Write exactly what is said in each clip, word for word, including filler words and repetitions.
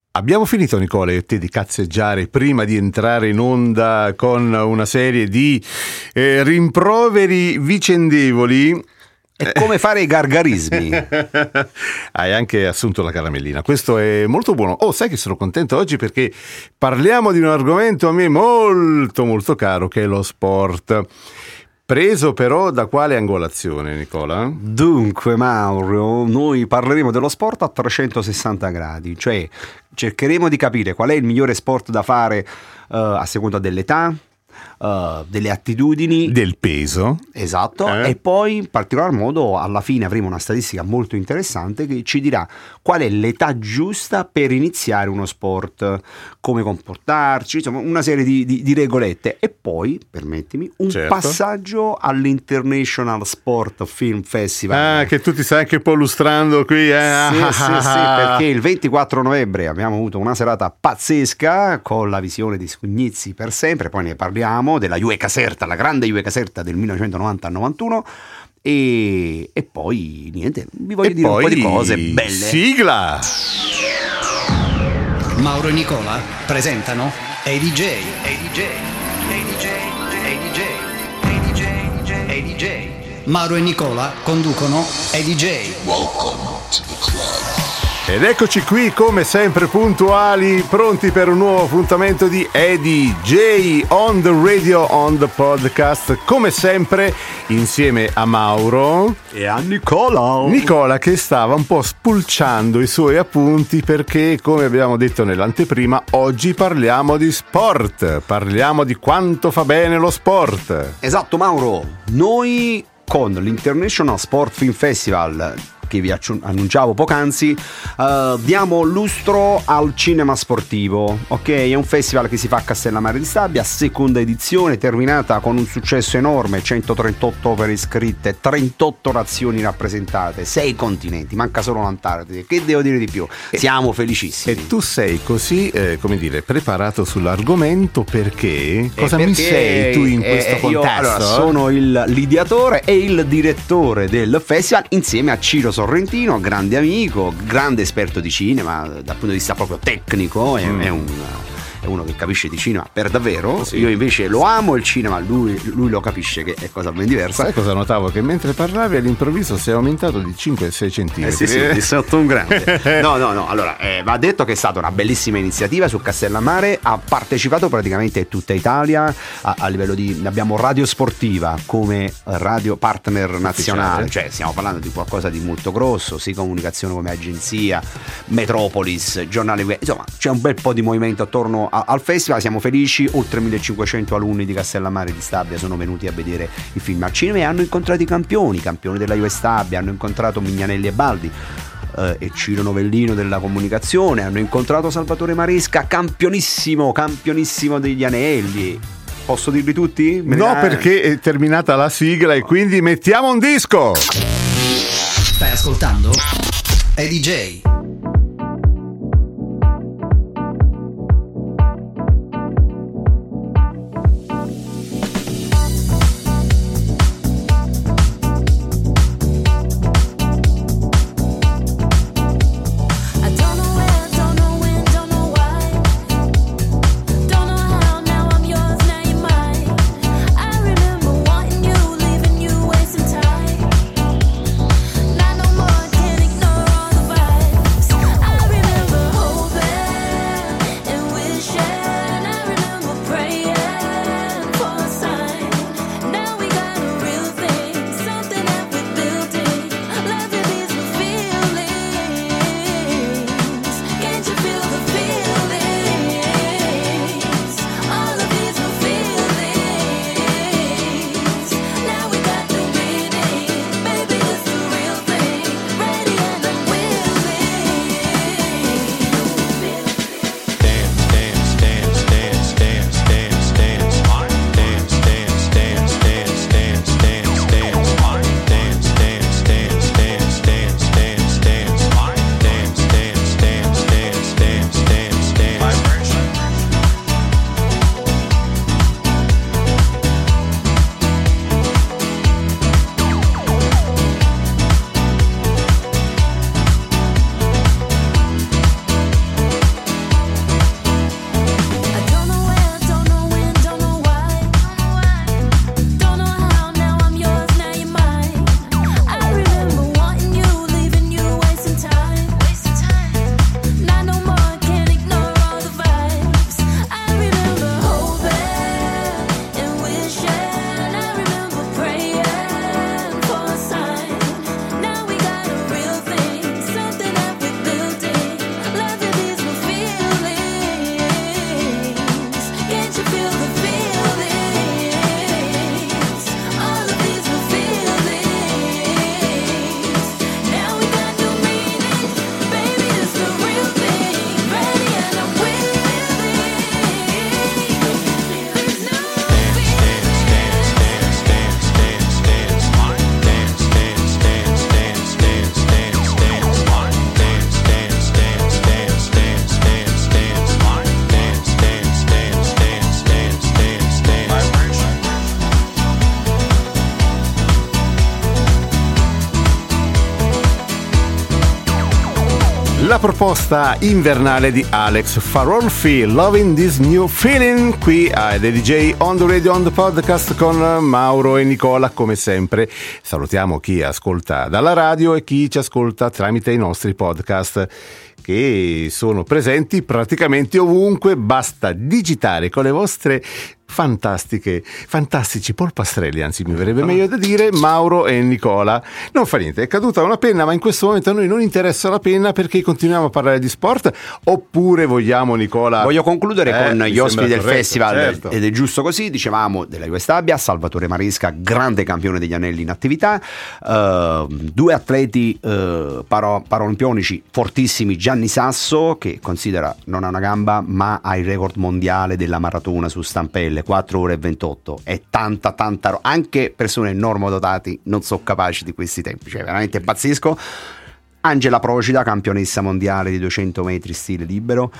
Abbiamo finito, Nicola e te, di cazzeggiare prima di entrare in onda con una serie di eh, rimproveri vicendevoli. È come fare i gargarismi. Hai anche assunto la caramellina, questo è molto buono. Oh, sai che sono contento oggi perché parliamo di un argomento a me molto molto caro, che è lo sport. Preso però da quale angolazione, Nicola? Dunque, Mauro, noi parleremo dello sport a trecentosessanta gradi, cioè cercheremo di capire qual è il migliore sport da fare uh, a seconda dell'età, uh, delle attitudini, del peso. Esatto, eh? E poi in particolar modo alla fine avremo una statistica molto interessante che ci dirà qual è l'età giusta per iniziare uno sport, come comportarci, insomma una serie di, di, di regolette, e poi, permettimi, un certo. passaggio all'International Sport Film Festival. Ah, che tu ti stai anche un po' lustrando qui, eh? Sì, sì, sì, perché il ventiquattro novembre abbiamo avuto una serata pazzesca con la visione di Scugnizzi per sempre, poi ne parliamo della Juve Caserta, la grande Juve Caserta del millenovecentonovanta novantuno. E, e poi niente, vi voglio e dire poi un po' di cose belle. Sigla! Mauro e Nicola presentano A D J, A D J, A D J, A D J, A D J, A D J. Mauro e Nicola conducono A D J. Welcome to the club. Ed eccoci qui come sempre puntuali, pronti per un nuovo appuntamento di A D J on the radio, on the podcast, come sempre insieme a Mauro E a Nicola. Nicola che stava un po' spulciando i suoi appunti perché, come abbiamo detto nell'anteprima, oggi parliamo di sport, parliamo di quanto fa bene lo sport. Esatto, Mauro, noi con l'International Sport Film Festival, che vi annunciavo poc'anzi, uh, diamo lustro al cinema sportivo, ok? È un festival che si fa a Castellammare di Stabia, seconda edizione, terminata con un successo enorme, centotrentotto opere iscritte, trentotto nazioni rappresentate, sei continenti, manca solo l'Antartide, che devo dire di più? Siamo felicissimi. E tu sei così, eh, come dire, preparato sull'argomento perché? Cosa perché, mi sei tu in questo eh, contesto? Io allora, sono il, l'ideatore e il direttore del festival insieme a Ciro Sorrentino, grande amico, grande esperto di cinema dal punto di vista proprio tecnico, è, mm. è un è uno che capisce di cinema per davvero. Sì. Io invece lo amo il cinema, lui, lui lo capisce, che è cosa ben diversa. Sai cosa notavo? Che mentre parlavi all'improvviso sei aumentato di cinque sei centimetri. Eh sì, sì, di sotto un grande. No, no, no, allora eh, va detto che è stata una bellissima iniziativa su Castellammare, ha partecipato praticamente tutta Italia a, a livello di, abbiamo Radio Sportiva come radio partner nazionale, cioè stiamo parlando di qualcosa di molto grosso, sì, comunicazione come agenzia, Metropolis, giornale web, insomma c'è un bel po' di movimento attorno al festival. Siamo felici, oltre millecinquecento alunni di Castellammare di Stabia sono venuti a vedere i film al cinema e hanno incontrato i campioni, i campioni della Juve Stabia, hanno incontrato Mignanelli e Baldi eh, e Ciro Novellino della comunicazione, hanno incontrato Salvatore Maresca, campionissimo, campionissimo degli anelli. Posso dirli tutti? Me no, la... perché è terminata la sigla e quindi mettiamo un disco. Stai ascoltando A D J. Not no more, can't ignore all the vibes. la proposta invernale di Alex Farolfi, Loving This New Feeling, qui a The D J on the Radio on the Podcast con Mauro e Nicola. Come sempre salutiamo chi ascolta dalla radio e chi ci ascolta tramite i nostri podcast, che sono presenti praticamente ovunque. Basta digitare con le vostre fantastiche, fantastici polpastrelli, anzi mi verrebbe meglio da dire, Mauro e Nicola. Non fa niente, è caduta una penna, ma in questo momento a noi non interessa la penna perché continuiamo a parlare di sport. Oppure vogliamo, Nicola? Voglio concludere eh, con gli ospiti del corretto, festival, certo. Ed è giusto così. Dicevamo della Juve Stabia, Salvatore Maresca, grande campione degli anelli in attività, uh, due atleti uh, paro- paraolimpionici fortissimi, Gianni Sasso, che considera non ha una gamba ma ha il record mondiale della maratona su stampelle, quattro ore e ventotto, è tanta tanta ro- anche persone normodotati non sono capaci di questi tempi, cioè veramente pazzesco. Angela Procida, campionessa mondiale di duecento metri stile libero,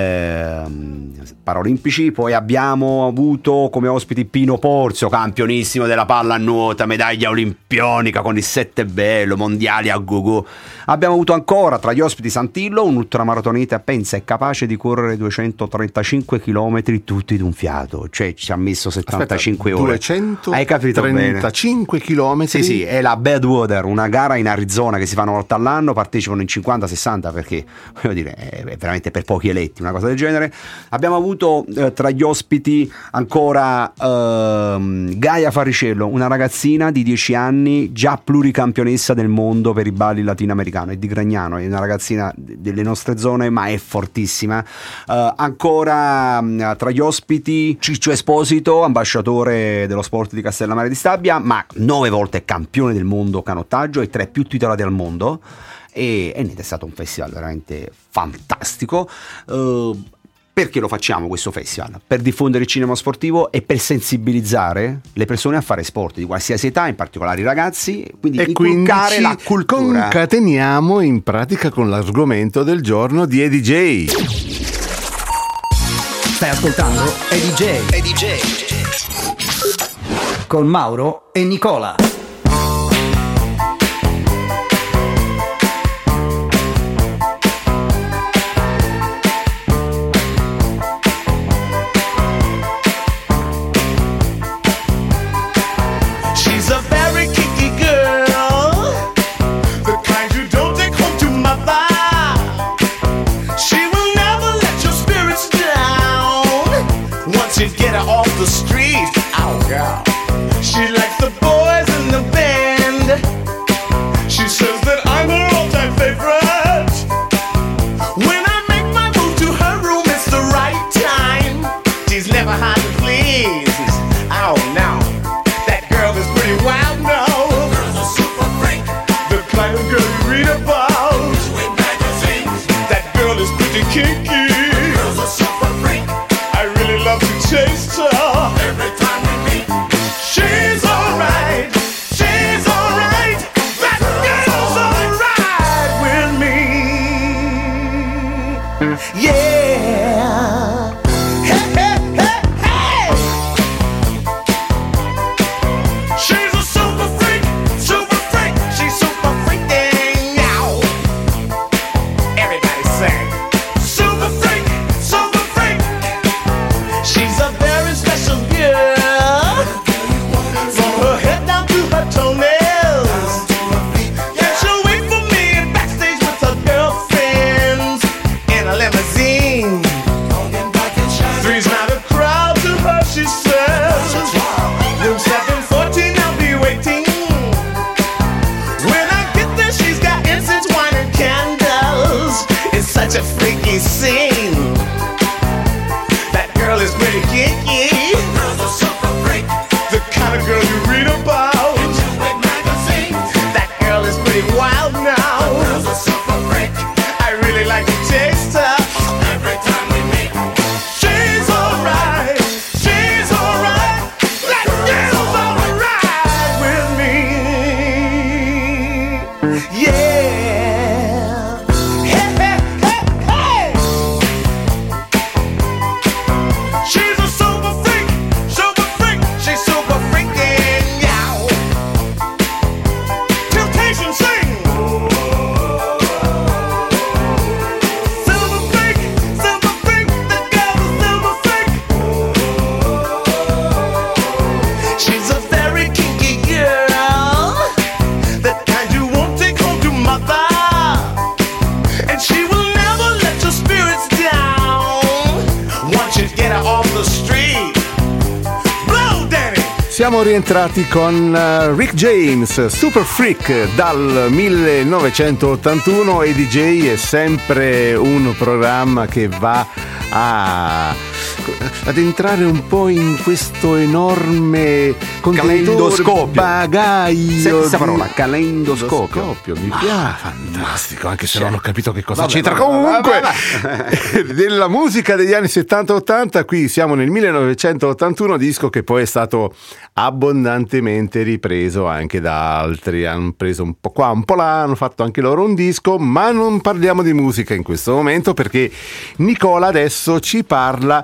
ehm, paraolimpici. Poi abbiamo avuto come ospiti Pino Porzio, campionissimo della palla a nuota, medaglia olimpionica con il sette bello, mondiali a go-go. Abbiamo avuto ancora tra gli ospiti Santillo, un ultramaratoneta, pensa, è capace di correre duecentotrentacinque chilometri tutti d'un fiato, cioè ci ha messo settantacinque Aspetta, ore. duecentotrentacinque chilometri? Sì, sì, è la Badwater, una gara in Arizona che si fa una volta all'anno, partecipano in cinquanta sessanta perché, voglio dire, è veramente per pochi eletti, una cosa del genere. Abbiamo avuto eh, tra gli ospiti ancora ehm, Gaia Faricello, una ragazzina di dieci anni, già pluricampionessa del mondo per i balli latinoamericano, è di Gragnano, è una ragazzina delle nostre zone ma è fortissima. Eh, ancora mh, tra gli ospiti Ciccio Esposito, ambasciatore dello sport di Castellammare di Stabia, ma nove volte campione del mondo canottaggio e tre più titolati al mondo. E, e niente, è stato un festival veramente fantastico. Uh, perché lo facciamo questo festival? Per diffondere il cinema sportivo e per sensibilizzare le persone a fare sport di qualsiasi età, in particolare i ragazzi, quindi e inculcare quindi la cultura. Concateniamo in pratica con l'argomento del giorno di E D J. Stai ascoltando E D J, E D J con Mauro e Nicola. Get her off the street, oh girl. She likes the boys in the band. She says that I'm her all-time favorite. When I make my move to her room, it's the right time. She's never hard to please. Oh no, that girl is pretty wild now. The girl's a super freak, the kind of girl you read about in magazines. That girl is pretty kinky. The girl's a super freak. I really love to taste her. Every time we meet, she's alright. She's alright. That girl's alright with me. Yeah. Hey, hey, hey, hey. She's a super freak, super freak. She's super freaking out. Everybody sing. Super freak, super freak. She's a very special girl, from her head down to her toenails. Yeah, she'll wait for me backstage with her girlfriends in a limousine. siamo rientrati con uh, Rick James, Super Freak dal millenovecentottantuno, e D J è sempre un programma che va a ad entrare un po' in questo enorme calendoscopio, bagaglio. Questa parola, calendoscopio, Scopio, mi piace, fantastico, anche se non ho capito che cosa Vabbè, c'entra. vabbè, Comunque, vabbè, della musica degli anni settanta ottanta, qui siamo nel millenovecentottantuno, disco che poi è stato abbondantemente ripreso anche da altri. Hanno preso un po' qua, un po' là, hanno fatto anche loro un disco, ma non parliamo di musica in questo momento, perché Nicola adesso ci parla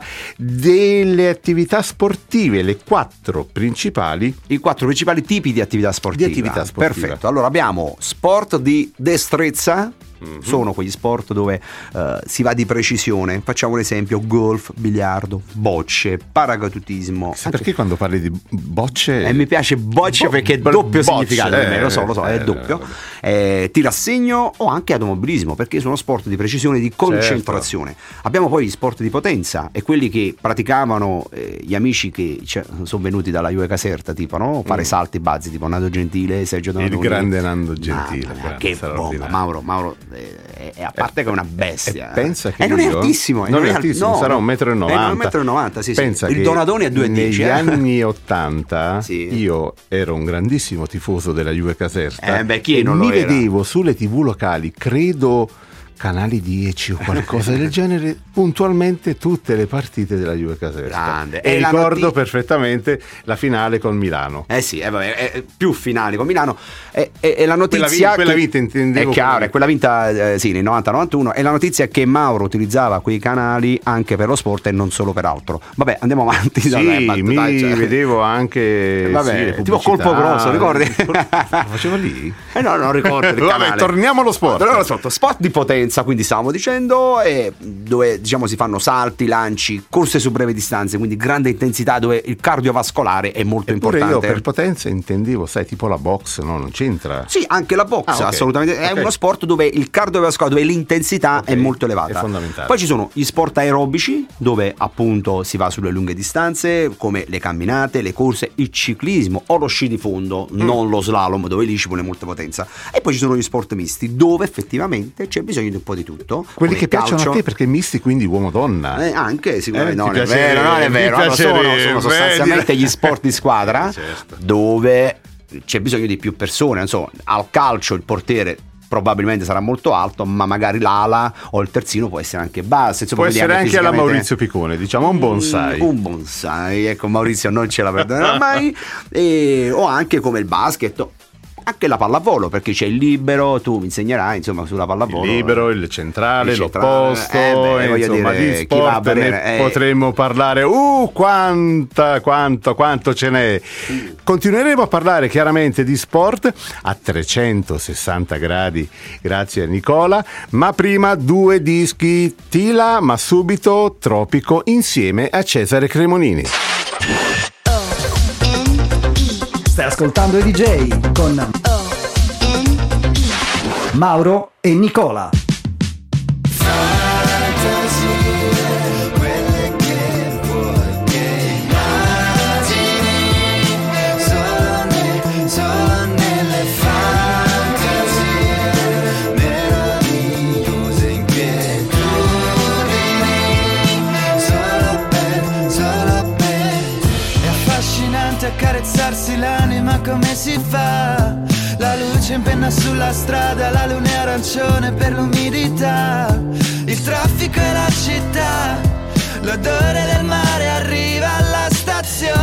delle attività sportive, le quattro principali. I quattro principali tipi di attività sportiva. Di attività sportiva. Perfetto. Allora abbiamo sport di destrezza. Mm-hmm. Sono quegli sport dove uh, si va di precisione. Facciamo l'esempio: golf, biliardo, bocce, paracadutismo. Sai perché quando parli di bocce? E eh, mi piace bocce Bo- perché è bo- doppio bocce, significato, eh, lo so, lo so, eh, è doppio. Eh, tirassegno o anche automobilismo, perché sono sport di precisione, di concentrazione. Certo. Abbiamo poi gli sport di potenza, e quelli che praticavano eh, gli amici che cioè, sono venuti dalla Juve Caserta, tipo, no? Fare mm. salti bazzi, tipo Nando Gentile, Sergio Donadoni. Il grande Nando Gentile. Ma, ma, che bomba, Mauro, Mauro eh, è, a parte che è una bestia. E pensa che e non io, è altissimo. Non non è altissimo, no, sarà un metro e novanta. È un metro e novanta, sì, pensa sì. Il Donadoni è due e dieci. Negli eh. anni ottanta sì. io ero un grandissimo tifoso della Juve Caserta. Eh, beh, chi e non mi lo era? vedevo sulle tivù locali, credo Canali dieci o qualcosa del genere, puntualmente tutte le partite della Juve Caserta. Grande. E, e ricordo noti- perfettamente la finale con Milano. Eh sì, eh, vabbè, eh, più finali con Milano. E, e, e la notizia Quella, che, quella vinta intendevo. è chiaro, come... è quella vinta eh, sì, nel novanta novantuno. E la notizia è che Mauro utilizzava quei canali anche per lo sport e non solo per altro. Vabbè, andiamo avanti. Sì, vabbè, mi dai, cioè... vedevo anche vabbè, sì, tipo Colpo Grosso, ricordi? Lo facevo lì? Eh no, non ricordo il Vabbè, canale. torniamo allo sport. Torniamo allo sport. Sport di potenza, quindi stavamo dicendo, e dove diciamo si fanno salti, lanci, corse su breve distanze, quindi grande intensità, dove il cardiovascolare è molto Eppure importante. Io per potenza intendevo, sai, tipo la box, no? Non c'entra. Sì, anche la box, ah, okay. assolutamente. È okay. uno sport dove il cardiovascolare, dove l'intensità okay. è molto elevata. È fondamentale. Poi ci sono gli sport aerobici, dove appunto si va sulle lunghe distanze, come le camminate, le corse, il ciclismo o lo sci di fondo, mm. non lo slalom, dove lì ci vuole molta potenza. E poi ci sono gli sport misti, dove effettivamente c'è bisogno di un po' di tutto. Quelli che calcio. piacciono a te, perché misti, quindi uomo-donna. Eh, anche sicuramente. Eh, non, è piace, vero, non è vero, allora, sono, sono sostanzialmente vedi. gli sport di squadra, certo. dove c'è bisogno di più persone. Non so, al calcio il portiere probabilmente sarà molto alto, ma magari l'ala o il terzino può essere anche basso. Insomma, può essere anche alla fisicamente... Maurizio Piccone, diciamo un bonsai. Un bonsai, ecco, Maurizio non ce la perdonerà mai. E, o anche come il basket, anche la pallavolo, perché c'è il libero, tu mi insegnerai insomma sulla pallavolo. Il libero, il centrale, il centrale, l'opposto, eh beh, voglio insomma dire, di chi va a sport ne vedere, eh. potremmo parlare, uh quanta, quanto, quanto ce n'è. Continueremo a parlare chiaramente di sport a trecentosessanta gradi, grazie a Nicola, ma prima due dischi Tila, ma subito Tropico insieme a Cesare Cremonini. Stai ascoltando i D J con Mauro e Nicola. Accarezzarsi l'anima come si fa? La luce in penna sulla strada, la luna è arancione per l'umidità. Il traffico e la città, l'odore del mare arriva alla stazione.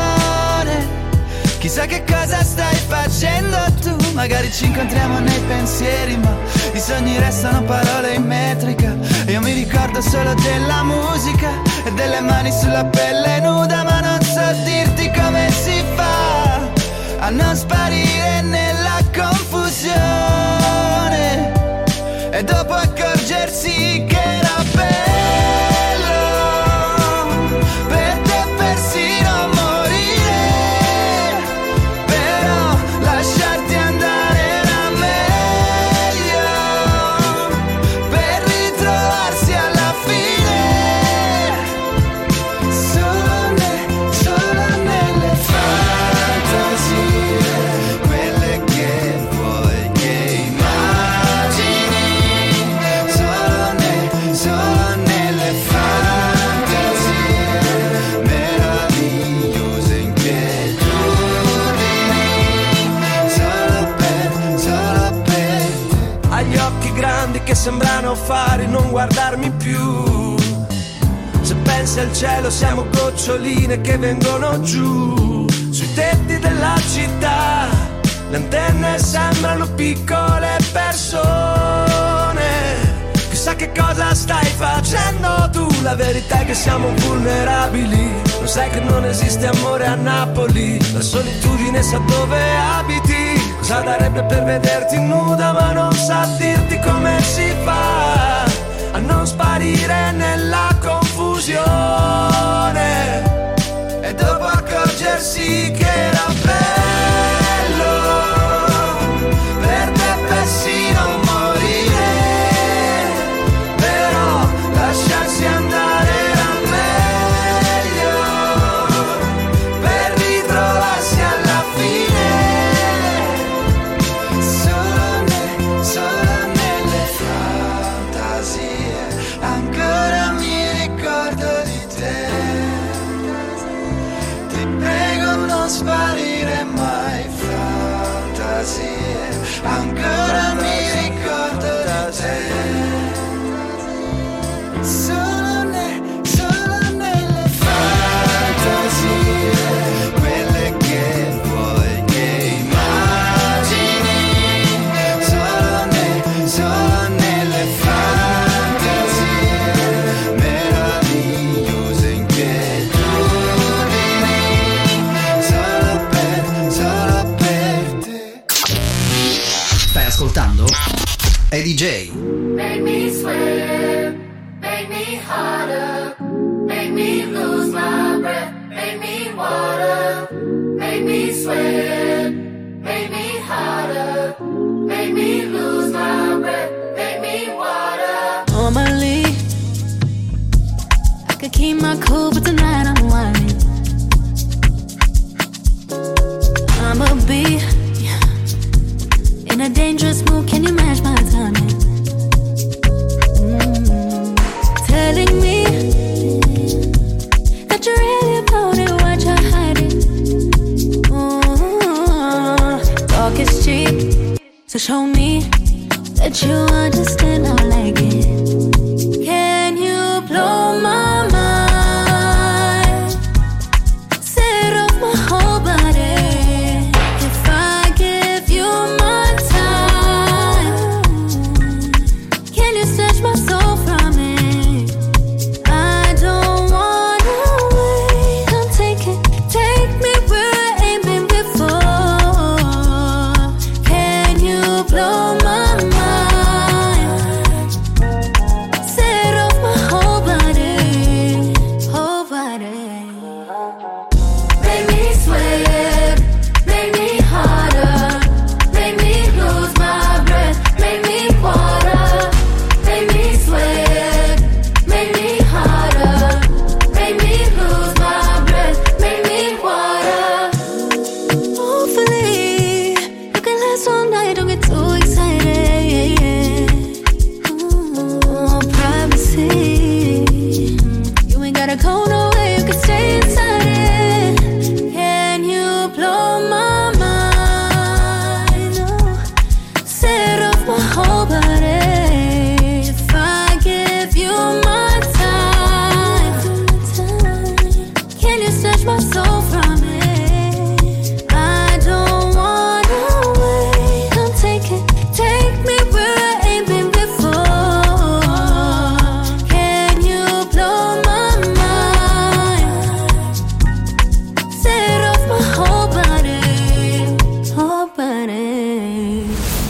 Chissà che cosa stai facendo tu, magari ci incontriamo nei pensieri, ma i sogni restano parole in metrica. Io mi ricordo solo della musica e delle mani sulla pelle nuda, ma non so dirti come si fa a non sparire nella confusione e dopo accorgersi che era bello per te persino morire, però lasciarti andare era meglio per ritrovarsi alla fine solo, ne, solo nelle fantasie. guardarmi più. Se pensi al cielo siamo goccioline che vengono giù. Sui tetti della città le antenne sembrano piccole persone. Chissà che cosa stai facendo tu. La verità è che siamo vulnerabili. Lo sai che non esiste amore a Napoli. La solitudine sa dove abiti. Cosa darebbe per vederti nuda ma non sa dirti come si fa a non sparire nella confusione. E dopo accorgersi che era bello per te persino morire. Però lasciarsi andare era meglio per ritrovarsi alla fine. Solo, ne, solo nelle fantasie ancora mi ricordo di te. Ti prego non sparire mai, fantasie ancora mi ricordo di te. Solo, ne, solo nelle fantasie, quelle che vuoi che immagini. Solo, ne, solo nelle fantasie meravigliose inquietudini. Solo per, solo per te. Stai ascoltando Eddie J. Make me sweat, make me harder, make me lose my breath, make me water, make me sweat, make me harder, make me lose my breath, make me water. Normally, I could keep my cool, but tonight I'm whining. I'ma be in a dangerous mood, can you match my timing? Mm. Telling me that you're really about it, what you're hiding. Mm. Talk is cheap, so show me that you understand I like it. Can you blow my mind? Set off my whole body. If I give you my time, can you snatch my soul from it? I don't wanna wait. Come take it, take me where I ain't been before. Can you blow my mind? Set off my whole body, whole body. Make me sweat, make me harder, make me lose my breath, make me water, make me sweat, make me harder, make me lose my breath, make me water. Hopefully, you can last all night, don't get too excited. Ooh, privacy. You ain't gotta go nowhere, you can stay inside it. Can you blow my mind? Oh, set off my whole body. If I give you my time, can you snatch my soul from it? I don't wanna wait. Come take it, take me where I ain't been before. Can you blow my mind? Set off my whole body, whole body.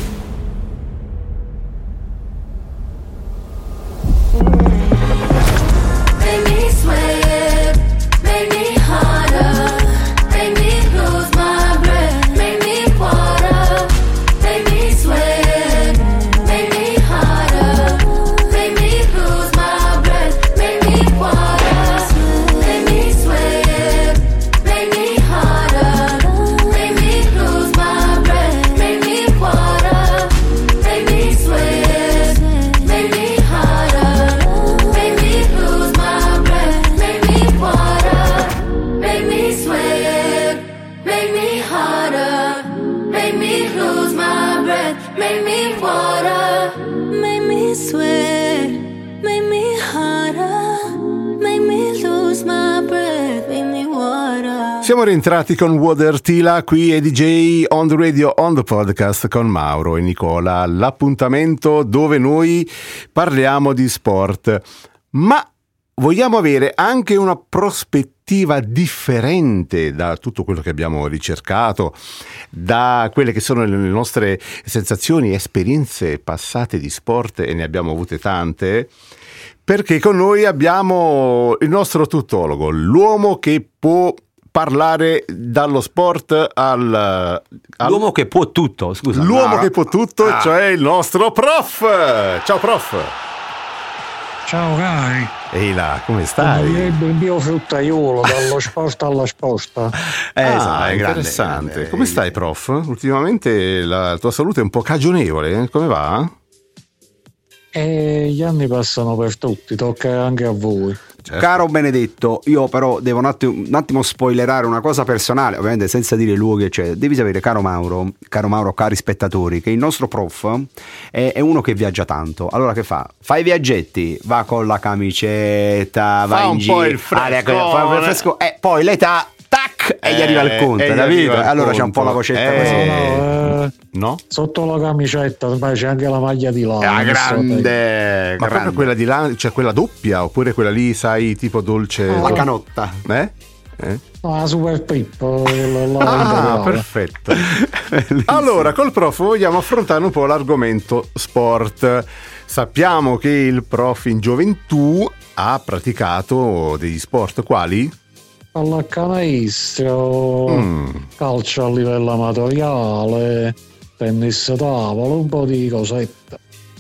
Make me sweat, make me harder, make me lose my breath, make me water, make me sweat, make me harder, make me lose my breath, make me water, make me sweat, make me harder, make me lose my breath, make me water, make me sweat, make me harder, make me lose my breath, make me water, make me sweat, make me harder, make me lose my breath, make me water. Make me sweat, Siamo rientrati con Water Tila qui e D J on the radio, on the podcast con Mauro e Nicola, l'appuntamento dove noi parliamo di sport, ma vogliamo avere anche una prospettiva differente da tutto quello che abbiamo ricercato, da quelle che sono le nostre sensazioni e esperienze passate di sport, e ne abbiamo avute tante, perché con noi abbiamo il nostro tuttologo, l'uomo che può parlare dallo sport al, al... l'uomo che può tutto, scusa. L'uomo no, che può tutto, ah. cioè il nostro prof. Ciao prof. Ciao cari. Ehi là, come stai? Il mio fruttaiolo dallo sport alla sposta. Eh, ah, esatto, è interessante. grande. Come stai prof? Ultimamente la tua salute è un po' cagionevole, come va? E gli anni passano per tutti, tocca anche a voi. Certo. Caro Benedetto, io però devo un attimo, un attimo spoilerare una cosa personale, ovviamente senza dire luoghi, cioè, devi sapere, caro Mauro, caro Mauro, cari spettatori, che il nostro prof è, è uno che viaggia tanto. Allora che fa? Fa i viaggetti, va con la camicetta, va fa in un giro, po' il fresco, fa il fresco, e poi l'età, tac, e eh, gli arriva il conto, capito? Allora c'è un po' la vocetta eh, così. No, no, eh, no? Sotto la camicetta ormai c'è anche la maglia di là. Ah, grande, Ma proprio quella di là, cioè quella doppia, oppure quella lì, sai, tipo dolce? Ah, La canotta. Eh? Eh? No, la super pippo. La, la Ah, la perfetto. Allora, col prof vogliamo affrontare un po' l'argomento sport. Sappiamo che il prof in gioventù ha praticato degli sport, quali? Pallacanestro, Mm. calcio a livello amatoriale, tennis tavolo, un po' di cosette.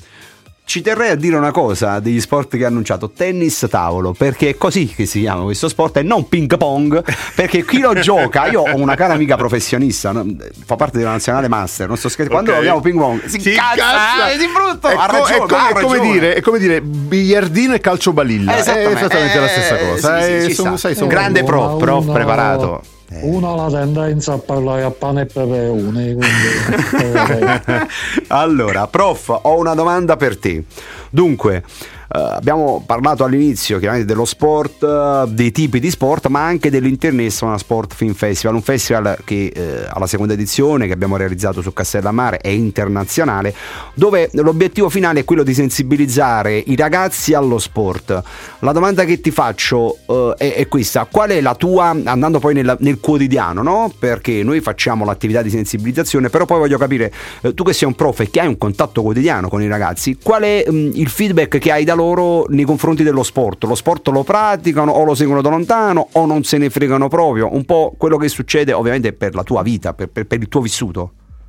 Ci terrei a dire una cosa degli sport che ha annunciato: tennis tavolo, perché è così che si chiama questo sport e non ping pong, perché chi lo gioca, io ho una cara amica professionista, no? Fa parte della nazionale master, non sto scherzando, quando Ok. lo ping pong si, Si incazza, incazza. eh, si brutto, È, ha co- ragione, è co- ha è come ragione. dire, è come dire biliardino e calcio balilla. Esattamente, È esattamente la stessa eh, cosa. sì, sì, Eh, ci sono- sta. sai, sono- Grande Eh, pro, ma pro uno- preparato. Uno ha la tendenza a parlare a pane e peperoni, quindi eh, Allora, prof, ho una domanda per te. Dunque, eh, abbiamo parlato all'inizio chiaramente dello sport, eh, dei tipi di sport, ma anche dell'International Sport Film Festival, un festival che eh, alla seconda edizione che abbiamo realizzato su Castellammare è internazionale, dove l'obiettivo finale è quello di sensibilizzare i ragazzi allo sport. La domanda che ti faccio eh, è, è questa: qual è la tua, andando poi nella- nel quotidiano, no? Perché noi facciamo l'attività di sensibilizzazione, però poi voglio capire, eh, tu che sei un prof e che hai un contatto quotidiano con i ragazzi, qual è mh, il feedback che hai da loro nei confronti dello sport? Lo sport lo praticano o lo seguono da lontano o non se ne fregano proprio? Un po' quello che succede ovviamente per la tua vita, per, per, per il tuo vissuto.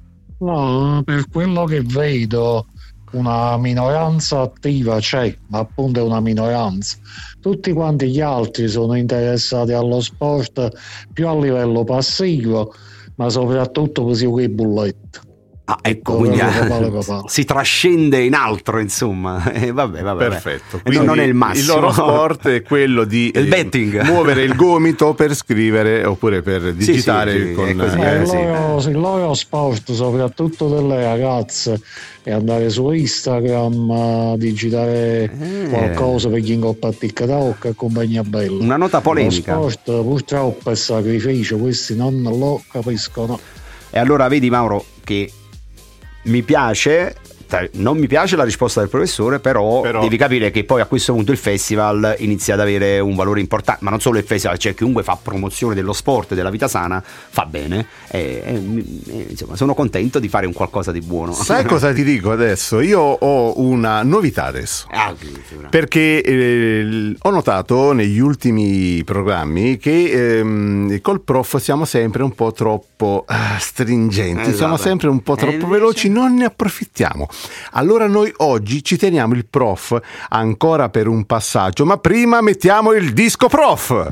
no, per quello che vedo una minoranza attiva c'è, ma appunto è una minoranza. Tutti quanti gli altri sono interessati allo sport più a livello passivo, ma soprattutto così che bullette. Ah, ecco, Oh, quindi papà, eh, papà, papà. si trascende in altro, insomma. Eh, vabbè, vabbè, Perfetto. vabbè. Non, non è il massimo. Il loro sport è quello di Il eh, betting. muovere il gomito per scrivere oppure per digitare sì, sì, con è così, Ma eh, il, sì. loro, il loro sport, soprattutto delle ragazze, è andare su Instagram a digitare Eh. qualcosa per gli ingoppa a TikTok e compagnia bella. Una nota polemica. Lo sport purtroppo è sacrificio, questi non lo capiscono. E allora vedi, Mauro, che mi piace, cioè, non mi piace la risposta del professore, però, Però- devi capire che poi a questo punto il festival inizia ad avere un valore importante, ma non solo il festival, cioè chiunque fa promozione dello sport e della vita sana fa bene e, e- e, insomma sono contento di fare un qualcosa di buono. Sai cosa ti dico adesso? Io ho una novità adesso. Ah, addirittura. Perché eh, ho notato negli ultimi programmi che ehm, col prof siamo sempre un po' troppo ah, stringenti, Esatto. siamo sempre un po' E troppo invece? veloci, non ne approfittiamo. Allora noi oggi ci teniamo il prof ancora per un passaggio, ma prima mettiamo il disco prof.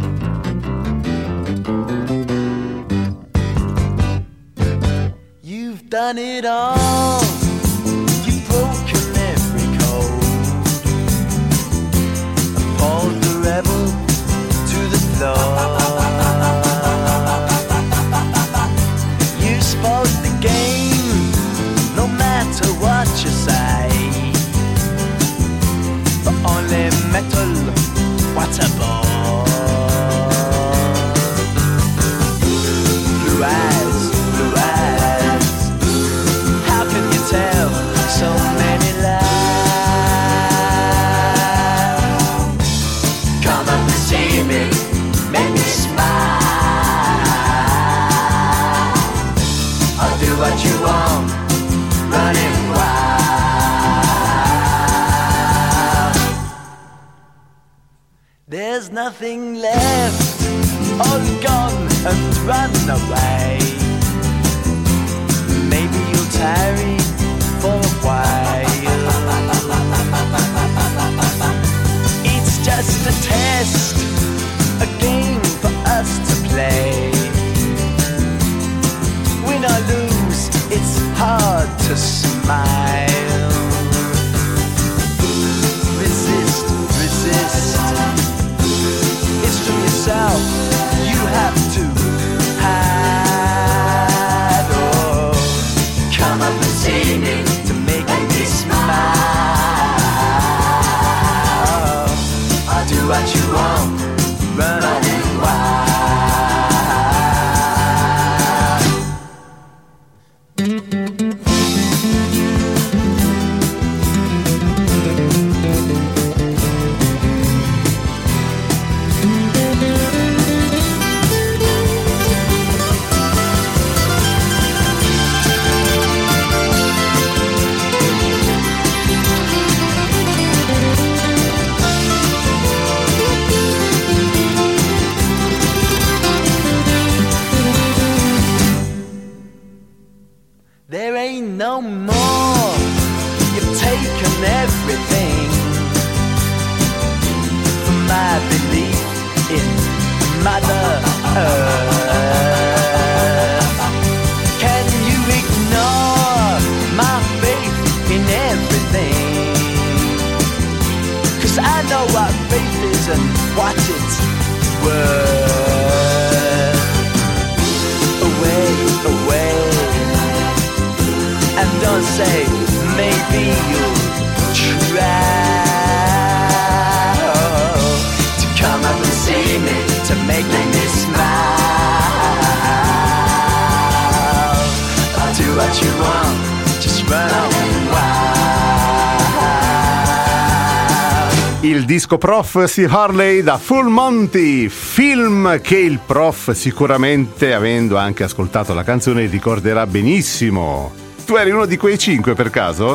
You've done it all. You've broken every code. Appalled the rebel to the floor. You spoke the game, no matter what you say. But only metal, what a bore. There's nothing left, all gone and run away. Maybe you'll tarry for a while. It's just a test, a game for us to play. Win or lose, it's hard to smile. Resist, resist. It's to yourself you have to hide. Oh, come up and see me to make me smile. I'll do what you want, run on and wild. There ain't no more, you've taken everything from my belief in Mother Earth. Can you ignore my faith in everything? 'Cause I know what faith is and what it's worth. Away, away. And don't say, maybe you'll try to come up and see me, to make me smile. I'll do what you want, just run on wild. Il disco Prof Steve Harley da Full Monty, film che il prof sicuramente, avendo anche ascoltato la canzone, ricorderà benissimo. Tu eri uno di quei cinque per caso?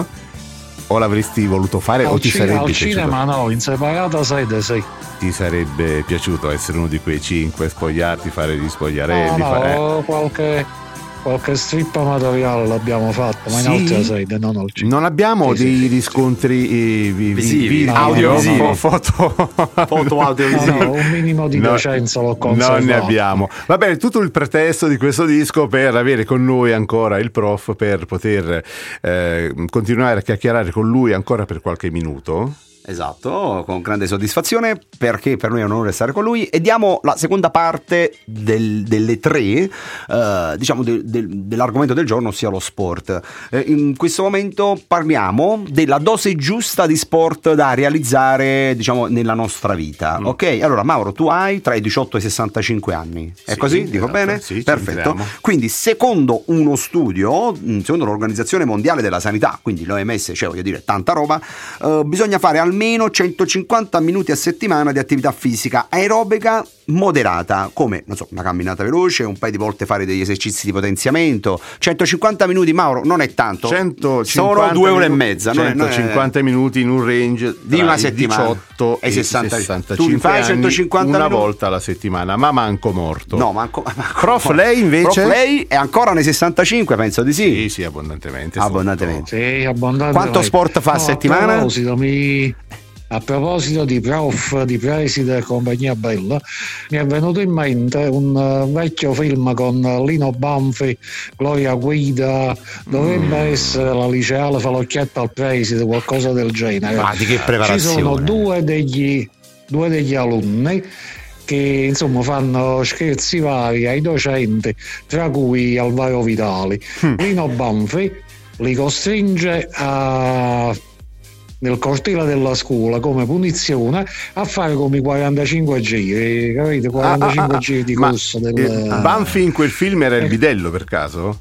O l'avresti voluto fare Al o ti ci- sarebbe al piaciuto? cinema no, in separata sede sì. Ti sarebbe piaciuto essere uno di quei cinque, spogliarti, fare gli spogliarelli? No, fare... no, qualche, qualche strip amatoriale l'abbiamo fatto, ma in Sì? altra sede, non al cinema. Non abbiamo Sì, dei sì, sì, riscontri eh, vi- Visivi, video, audiovisivi. no, foto, Foto No, audiovisive. no, un minimo di No, decenza l'ho non conservato. ne abbiamo. Va bene, tutto il pretesto di questo disco per avere con noi ancora il prof, per poter eh, continuare a chiacchierare con lui ancora per qualche minuto. Esatto, con grande soddisfazione, perché per noi è un onore stare con lui, e diamo la seconda parte del- delle tre, eh, diciamo del- del- dell'argomento del giorno, ossia lo sport. Eh, in questo momento parliamo della dose giusta di sport da realizzare, diciamo, nella nostra vita. Ok? Allora, Mauro, tu hai tra i diciotto e i sessantacinque anni, è Sì, così? Dico esatto, bene? sì, ci Perfetto. entriamo. Quindi, secondo uno studio, mh, secondo l'Organizzazione Mondiale della Sanità, quindi l'O M S, cioè voglio dire tanta roba, eh, bisogna fare almeno centocinquanta minuti a settimana di attività fisica aerobica moderata, come, non so, una camminata veloce, un paio di volte fare degli esercizi di potenziamento. centocinquanta minuti, Mauro, non è tanto. centocinquanta Sono due ore e minuti- mezza. non è- non è- centocinquanta minuti in un range Di tra una i settimana. diciotto E e sessanta. sessantacinque Tu fai anni, centocinquanta una minuti? volta alla settimana, ma manco morto. No, manco, manco- Prof, lei invece? Prof, lei è ancora nei sessantacinque, penso di sì. Sì, sì, abbondantemente. Abbondantemente. Sì, abbondante. Quanto sport fa a settimana? A proposito, mi- a proposito di prof, di preside e compagnia bella, mi è venuto in mente un eh, vecchio film con Lino Banfi, Gloria Guida, dovrebbe Mm. essere la liceale Falocchietta al preside, qualcosa del genere. Ma di che Ci preparazione? sono due degli, due degli alunni che insomma fanno scherzi vari ai docenti, tra cui Alvaro Vitali. Mm. Lino Banfi li costringe a, nel cortile della scuola, come punizione, a fare come i quarantacinque giri, capite? quarantacinque Ah, ah, ah, giri di ma, corsa del... eh, Banfi in quel film era il bidello per caso?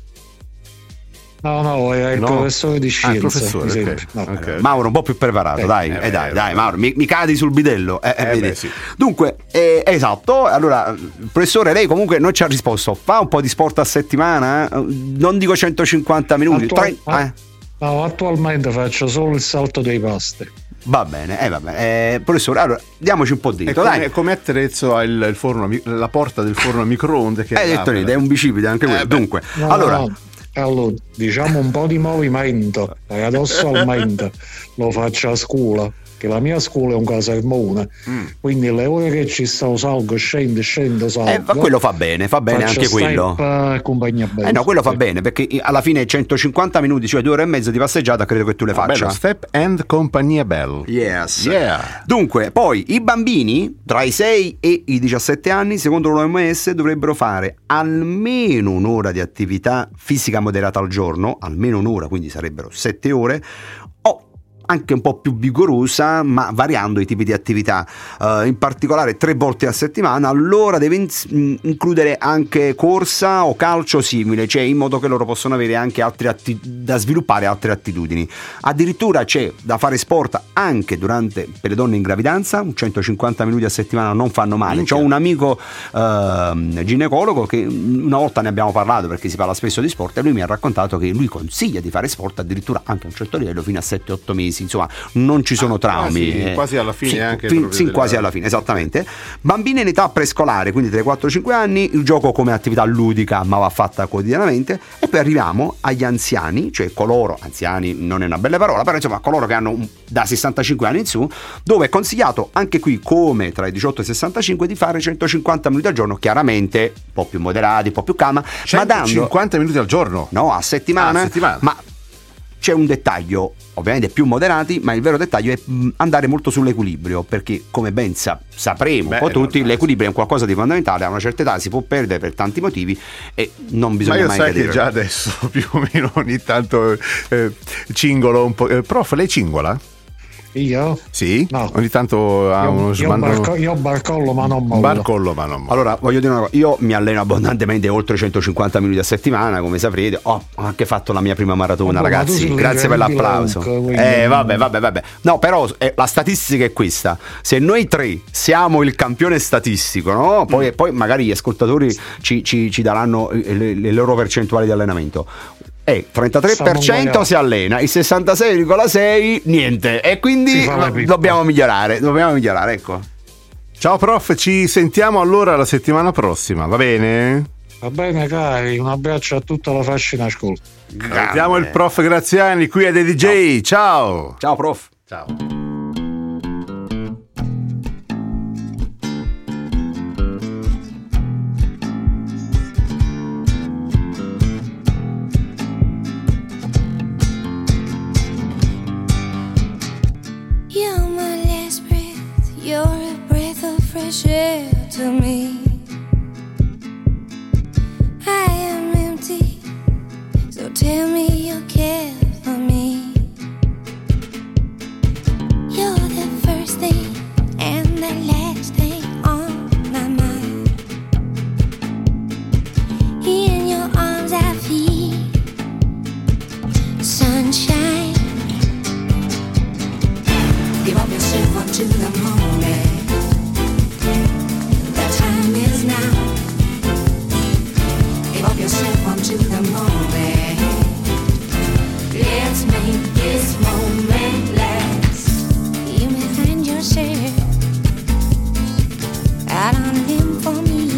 No, no, era il No. professore di Ah, il scienze, professore, mi ok, sembra. No. ok. Mauro, un po' più preparato, Eh, dai, eh, eh, dai, beh, dai, beh. Mauro, mi, mi cadi sul bidello. Eh, eh, Eh, vedi. beh, sì. Dunque, eh, esatto, allora, professore, lei comunque non ci ha risposto. Fa un po' di sport a settimana? Eh, Non dico centocinquanta minuti. Attual- tre- eh. No, attualmente faccio solo il salto dei pasti. Va bene, eh, va bene. Eh, professore, allora diamoci un po' È dentro, come, dai. come attrezzo ha il, il forno, a mi- la porta del forno a microonde che Hai detto apre. niente, è un bicipite anche quello. Eh, beh. Dunque, No, allora, no, allora, diciamo un po' di movimento, paradossalmente lo faccio a scuola, che la mia scuola è un casermone, quindi le ore che ci sto salgo, scendo, scendo, salgo. eh, ma quello fa bene, fa bene faccio anche quello. step e compagnia bella. Eh no, quello fa Sì. bene, perché alla fine centocinquanta minuti, cioè due ore e mezzo di passeggiata, credo che tu le Ah, faccia. bello, step and compagnia bell. Yes. Yeah. Dunque, poi i bambini tra i sei e i diciassette anni, secondo l'O M S, dovrebbero fare almeno un'ora di attività fisica moderata al giorno, almeno un'ora, quindi sarebbero sette ore, o anche un po' più vigorosa, ma variando i tipi di attività, uh, in particolare tre volte a settimana. Allora deve in- includere anche corsa o calcio simile, cioè in modo che loro possano avere anche altre atti- da sviluppare altre attitudini. Addirittura c'è da fare sport anche durante per le donne in gravidanza, centocinquanta minuti a settimana non fanno male. C'ho un amico uh, ginecologo che una volta ne abbiamo parlato, perché si parla spesso di sport, e lui mi ha raccontato che lui consiglia di fare sport addirittura anche a un certo livello fino a sette otto mesi. Insomma, non ci sono traumi. quasi- eh. quasi alla fine Sì, anche fin- proprio sì, della- quasi alla fine, esattamente. Bambini in età prescolare, quindi tra i quattro e i cinque anni, il gioco come attività ludica, ma va fatta quotidianamente. E poi arriviamo agli anziani, cioè coloro, anziani non è una bella parola, però insomma coloro che hanno un- da sessantacinque anni in su, dove è consigliato anche qui, come tra i diciotto e i sessantacinque, di fare centocinquanta minuti al giorno, chiaramente un po' più moderati, un po' più calma, ma dando centocinquanta minuti al giorno. no, a settimana, Ah, a settimana. ma c'è un dettaglio, ovviamente più moderati, ma il vero dettaglio è mh, andare molto sull'equilibrio, perché come ben sa- sapremo Beh, un po' tutti, no, l'equilibrio è un qualcosa di fondamentale, a una certa età si può perdere per tanti motivi e non Ma bisogna io mai sai che cadere. già adesso più o meno ogni tanto eh, cingolo un po'. Eh, prof, lei cingola? Io? Sì? No. Ogni tanto ha Io, uno io, sbando. barco- io barcollo ma non mollo. Barcollo, ma non. Allora, voglio dire una cosa, io mi alleno abbondantemente oltre centocinquanta minuti a settimana, come saprete, ho anche fatto la mia prima maratona, Oh, ma tu ragazzi, sei un grazie per incredibile l'applauso. Hulk, quindi- Eh, vabbè, vabbè, vabbè. No, però eh, la statistica è questa, se noi tre siamo il campione statistico, no? Poi, poi magari gli ascoltatori ci, ci- ci daranno eh, le, le loro percentuali di allenamento. E trentatré per cento si allena, il sessantasei virgola sei niente, e quindi Si fa la pippa. dobbiamo migliorare, dobbiamo migliorare, ecco. Ciao prof, ci sentiamo allora la settimana prossima, va bene? Va bene cari, un abbraccio a tutta la fascina ascolto. Salutiamo il prof Graziani qui a The D J, ciao! Ciao prof. Ciao. You're my last breath, you're a breath of fresh air to me. I am empty, so tell me you care for me. You're the first thing and the last thing on my mind. In your arms I feel sunshine. Give up yourself unto the moment. The time is now. Give up yourself unto the moment. Let's make this moment last. You may find yourself out on a limb for me.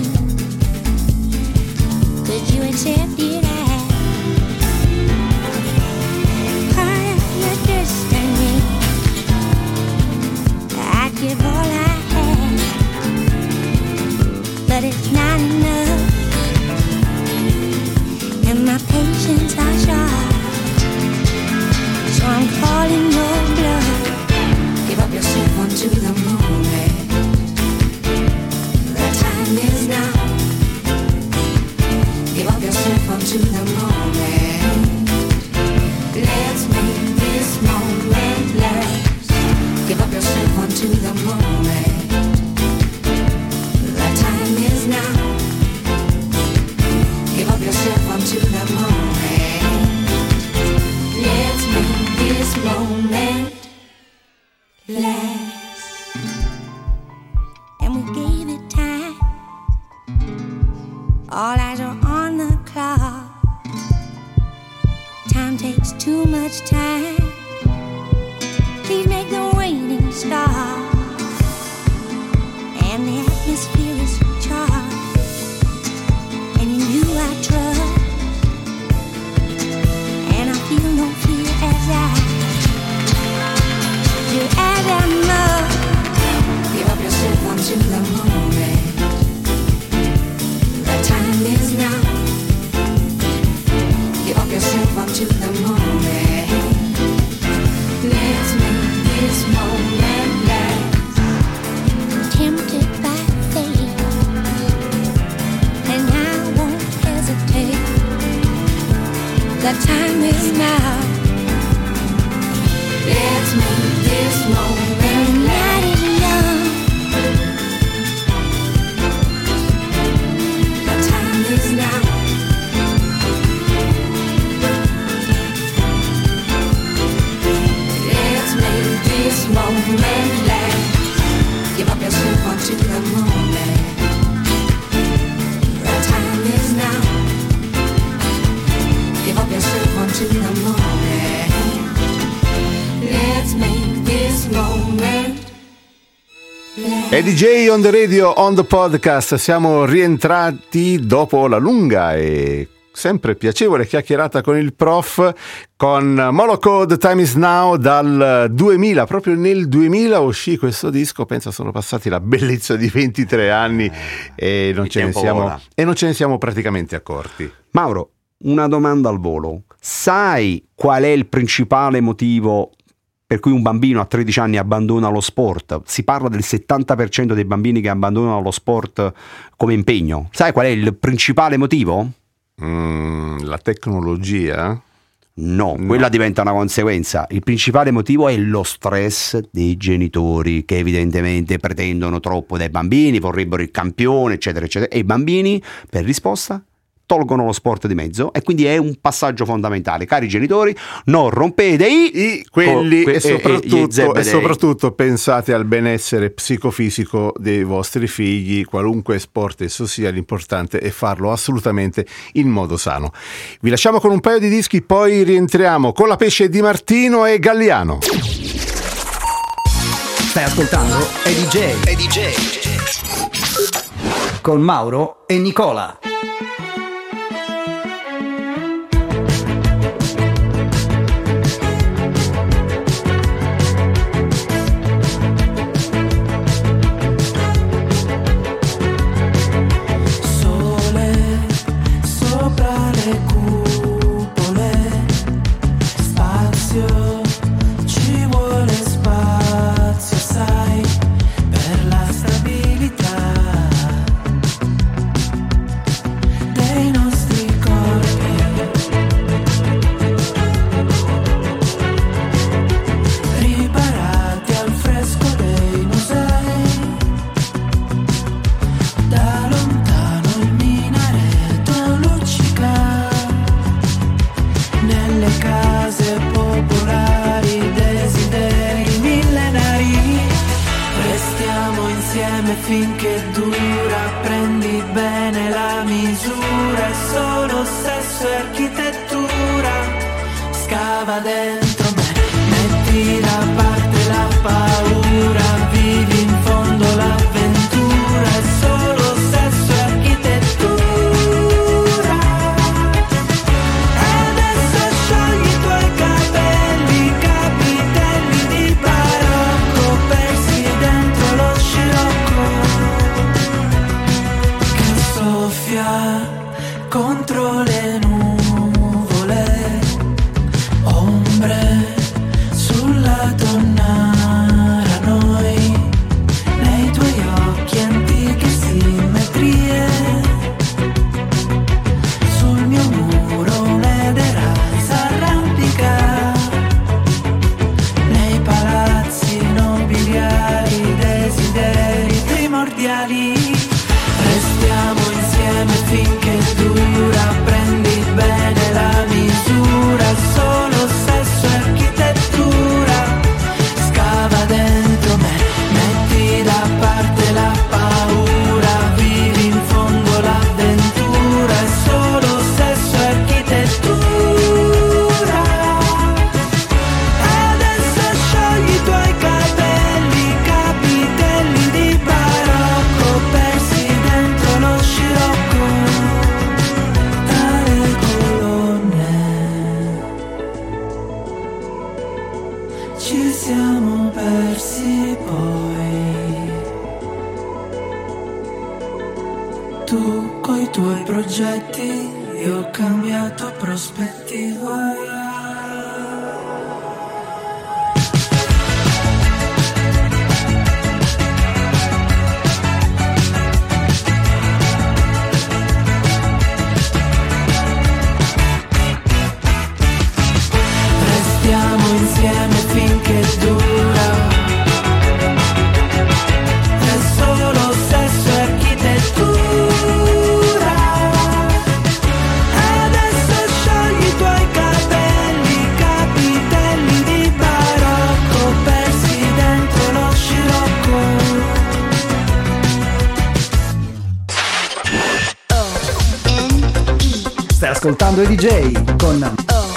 Could you accept it as part of your destiny? I'd give all I have, but it's not enough, and my patience are short, so I'm calling your bluff. Give up yourself unto the moment. The time is now. Give up yourself unto the moment. Let's make this moment last. Give up yourself unto the moment. The time is now. Give up yourself unto the moment. Let's make this moment last. And we gave it time. All eyes are on the clock. Time takes too much time. Please make the rain and the atmosphere is charged, and in you I trust, and I feel no fear as I do as I must. Give up yourself onto the moment. The time is now. Give up yourself onto the moment. Let's make this moment last. Tempted by fate, and I won't hesitate. The time is now. Let's make this moment last. The night is young. The time is now. Let's make this moment last. Give up yourself onto the moment. The time is now. Give up yourself onto the moment. Let's make this moment last. E D J on the radio, on the podcast, siamo rientrati dopo la lunga e sempre piacevole chiacchierata con il prof, con Moloko, The Time Is Now, dal duemila, proprio nel duemila uscì questo disco, penso sono passati la bellezza di ventitré anni e non, ce ne siamo, e non ce ne siamo praticamente accorti. Mauro, una domanda al volo. Sai qual è il principale motivo per cui un bambino a tredici anni abbandona lo sport? Si parla del settanta per cento dei bambini che abbandonano lo sport come impegno. Sai qual è il principale motivo? Mm, la tecnologia? No, no, quella diventa una conseguenza. Il principale motivo è lo stress dei genitori, che evidentemente pretendono troppo dai bambini, vorrebbero il campione, eccetera, eccetera. E i bambini, per risposta, tolgono lo sport di mezzo, e quindi è un passaggio fondamentale. Cari genitori, non rompete i, I quelli co- e, soprattutto, e, e soprattutto pensate al benessere psicofisico dei vostri figli, qualunque sport esso sia, l'importante è farlo assolutamente in modo sano. Vi lasciamo con un paio di dischi, poi rientriamo con La Pesce di Martino e Galliano. Stai ascoltando E D J, E D J con Mauro e Nicola. Finché dura, prendi bene la misura, è solo sesso e architettura, scava dentro me, metti da parte la paura, vivi in fondo l'avventura, è solo sesso e architettura. E adesso sciogli i tuoi capelli, capitelli di barocco, persi dentro lo scirocco che soffia contro le nuvole, ombre sulla tonnara, noi nei tuoi occhi antiche simmetrie, sul mio muro un'edera s'arrampica, nei palazzi nobiliari desideri primordiali, restiamo insieme finché dura, prendi bene la misura, solo sesso e architettura, scava dentro me, metti da parte la paura, vivi in fondo l'avventura, è solo sesso e architettura. E adesso sciogli i tuoi capelli, capitelli di barocco, tu coi tuoi progetti, io ho cambiato prospettiva. Restiamo insieme finché dura, è solo sesso e architettura. Adesso sciogli i tuoi capelli, capitelli di barocco, persi dentro lo scirocco. Stai ascoltando i D J con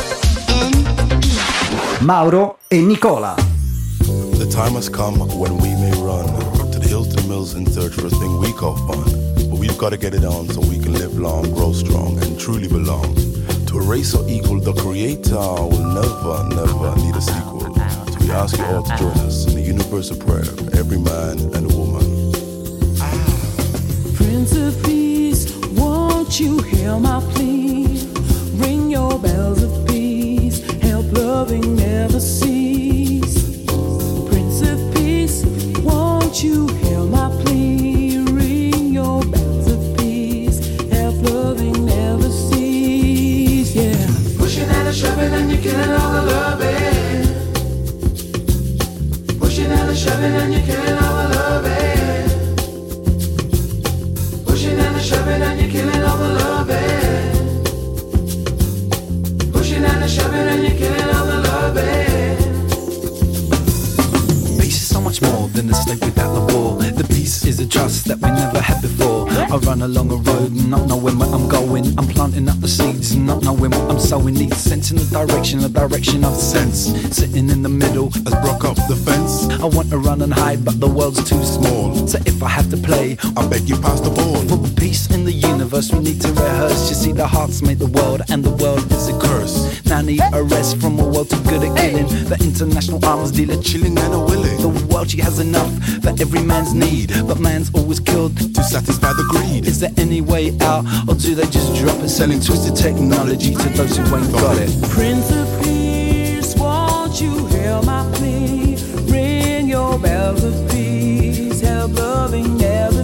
Mauro e Nicola. The time has come when we may run to the Hilton Mills in search for a thing we call fun. But we've got to get it on so we can live long, grow strong, and truly belong. To a race so equal, the creator will never, never need a sequel. So we ask you all to join us in the universal prayer for every man and woman. Prince of Peace, won't you hear my plea? Ring your bells of peace, help loving never cease. Prince of Peace, won't you hear my plea? Ring your bells of peace, help loving never cease. Yeah. Pushing and a shoving and you're killing all the loving. Pushing and a shoving and you're killing all the loving. Pushing and a shoving and you're killing all the loving. Pushing and a shoving and you're killing all the loving. Peace is so much more than a state without the war. The peace is a trust that we never had before. I run along a road and not knowing where I'm going. I'm planting up the seeds and not knowing what I'm sowing. Need sense in the direction, the direction of sense. Sitting in the middle As broke up the fence, I want to run and hide, but the world's too small. So if I have to play, I beg you pass the ball. for peace in the universe, we need to rehearse. You see, the hearts made the world, and the world is a curse. Now I need a rest from a world too good at killing. The international arms dealer Chilling and a willing the world, she has enough for every man's need, but man's always killed. to satisfy the greed. Is there any way out, or do they just drop it, selling twisted technology to those who ain't got it? Prince of Peace, won't you hear my plea? Ring your bells of peace, help loving never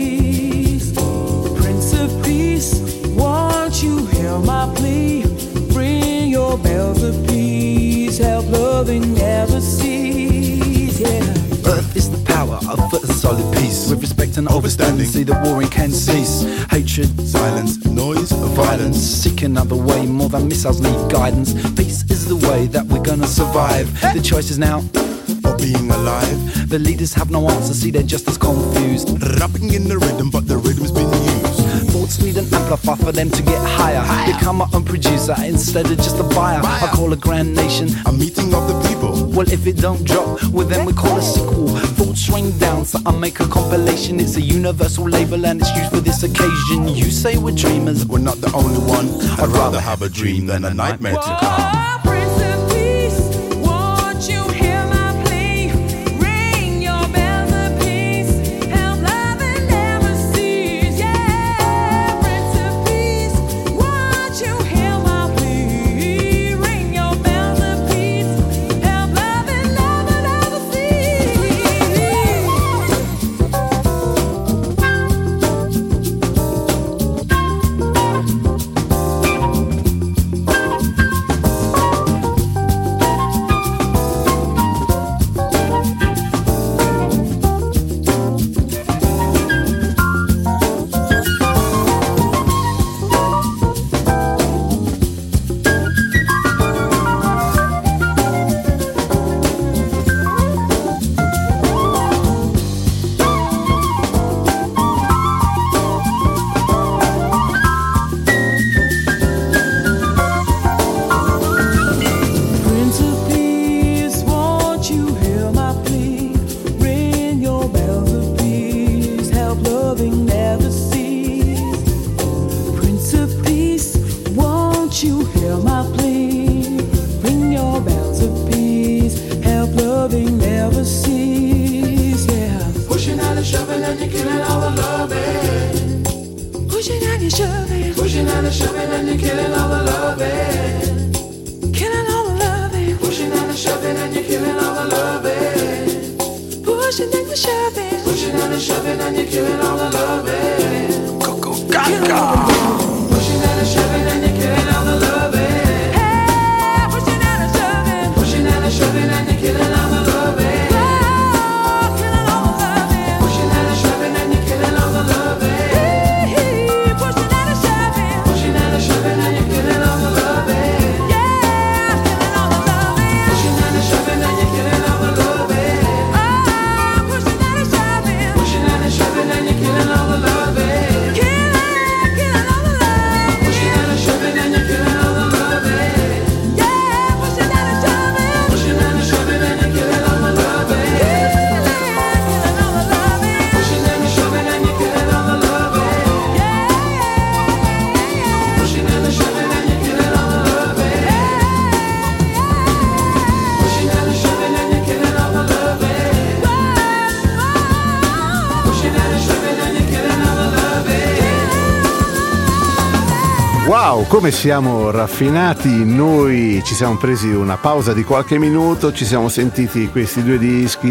cease. Prince of Peace, won't you hear my plea? Ring your bells of peace, help loving never cease. Yeah. Earth is the power of a solid peace. With respect and overstanding, see the warring can cease. Hatred, Silence, noise, violence, violence. seek another way, more than missiles need guidance. Peace is the way that we're gonna survive. The choice is now, For being alive, the leaders have no answer, see they're just as confused. rapping in the rhythm, but the rhythm's been used. Thoughts need an amplifier for them to get higher. Become my own producer instead of just a buyer. I call a grand nation. A meeting of the people. Well, if it don't drop, well then we call a sequel. Thoughts rain down, so I make a compilation. It's a universal label and it's used for this occasion. You say we're dreamers, We're not the only one. I'd rather have a dream than a nightmare to come. Oh, Prince of Peace, won't you hear my plea? Ring your bells of peace, help loving never cease. Yeah, Prince of Peace, won't you hear my plea? Ring your bells of peace, help loving never, never cease. Prince of Peace, won't you hear my plea? Ring your bells of peace, help loving never cease. Prince of Peace, won't you hear my plea? Ring your bells of peace, help loving never cease. Yeah. Pushing out and shoving and you're killing all the loving. and shoving, pushing and shoving, and you're killing all the loving, killing all the loving, pushing and shoving, and you're killing all the loving, pushing and shoving, pushing and shoving, and you're killing all the loving, Coco Gaga, pushing and shoving, and you're killing all the loving, hey, pushing and shoving, pushing and shoving, and you're killing all the loving. Wow, come siamo raffinati, noi ci siamo presi una pausa di qualche minuto, ci siamo sentiti questi due